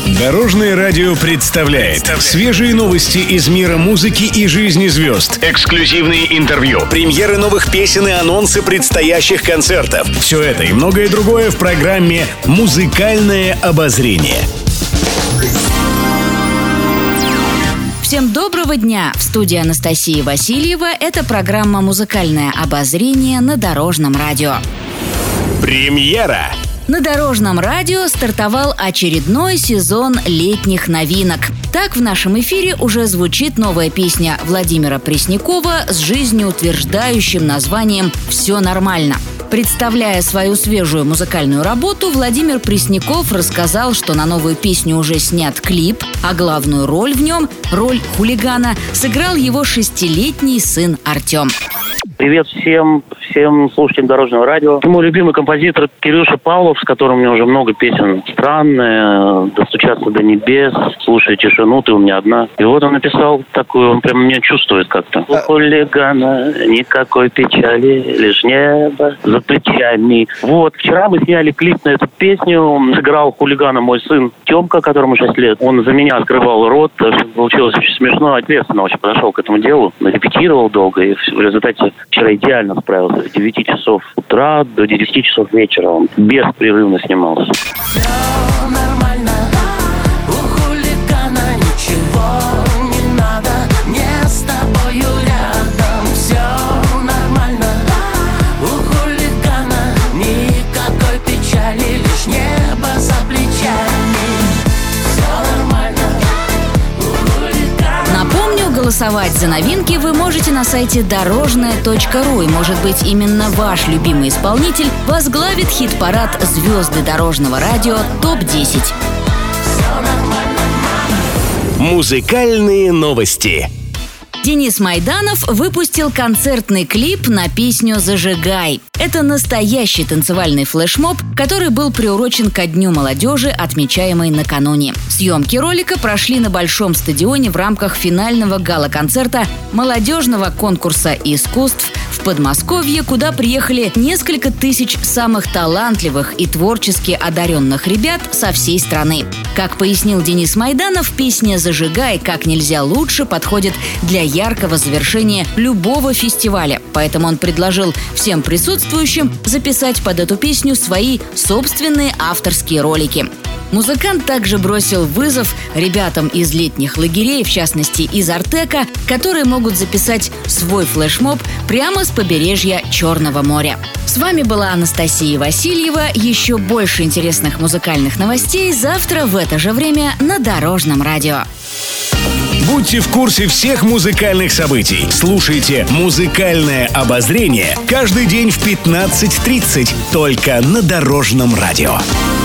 Дорожное радио представляет свежие новости из мира музыки и жизни звезд. Эксклюзивные интервью, премьеры новых песен и анонсы предстоящих концертов. Все это и многое другое в программе «Музыкальное обозрение». Всем доброго дня! В студии Анастасия Васильева. Это программа «Музыкальное обозрение» на Дорожном радио. Премьера! На Дорожном радио стартовал очередной сезон летних новинок. Так в нашем эфире уже звучит новая песня Владимира Преснякова с жизнеутверждающим названием «Все нормально». Представляя свою свежую музыкальную работу, Владимир Пресняков рассказал, что на новую песню уже снят клип, а главную роль в нем, роль хулигана, сыграл его 6-летний сын Артем. Привет всем слушателям Дорожного радио. Мой любимый композитор Кирюша Павлов, с которым у меня уже много песен. «Странные», «Достучаться до небес», «Слушай тишину, ты у меня одна». И вот он написал такую, он прям меня чувствует как-то. У хулигана никакой печали, лишь небо за плечами. Вот, вчера мы сняли клип на эту песню. Сыграл хулигана мой сын Тёмка, которому 6 лет. Он за меня открывал рот. Получилось очень смешно. Ответственно очень подошел к этому делу. Репетировал долго и в результате вчера идеально справился. С 9 часов утра до 10 часов вечера он беспрерывно снимался. Все нормально, у хулигана ничего не надо, мне с тобою рядом. Все нормально, у хулигана никакой печали, лишь небо за плечами. Все нормально, у хулигана. Напомню, голосовать за новинки вы можете на сайте дорожное.ру. И, может быть, именно ваш любимый исполнитель возглавит хит-парад «Звезды Дорожного радио» ТОП-10. Музыкальные новости. Денис Майданов выпустил концертный клип на песню «Зажигай». Это настоящий танцевальный флешмоб, который был приурочен ко Дню молодежи, отмечаемый накануне. Съемки ролика прошли на Большом стадионе в рамках финального гала-концерта молодежного конкурса искусств в Подмосковье, куда приехали несколько тысяч самых талантливых и творчески одаренных ребят со всей страны. Как пояснил Денис Майданов, песня «Зажигай» как нельзя лучше подходит для яркого завершения любого фестиваля. Поэтому он предложил всем присутствующим записать под эту песню свои собственные авторские ролики. Музыкант также бросил вызов ребятам из летних лагерей, в частности из Артека, которые могут записать свой флешмоб прямо с побережья Черного моря. С вами была Анастасия Васильева. Еще больше интересных музыкальных новостей завтра в это же время на Дорожном радио. Будьте в курсе всех музыкальных событий. Слушайте «Музыкальное обозрение» каждый день в 15:30 только на Дорожном радио.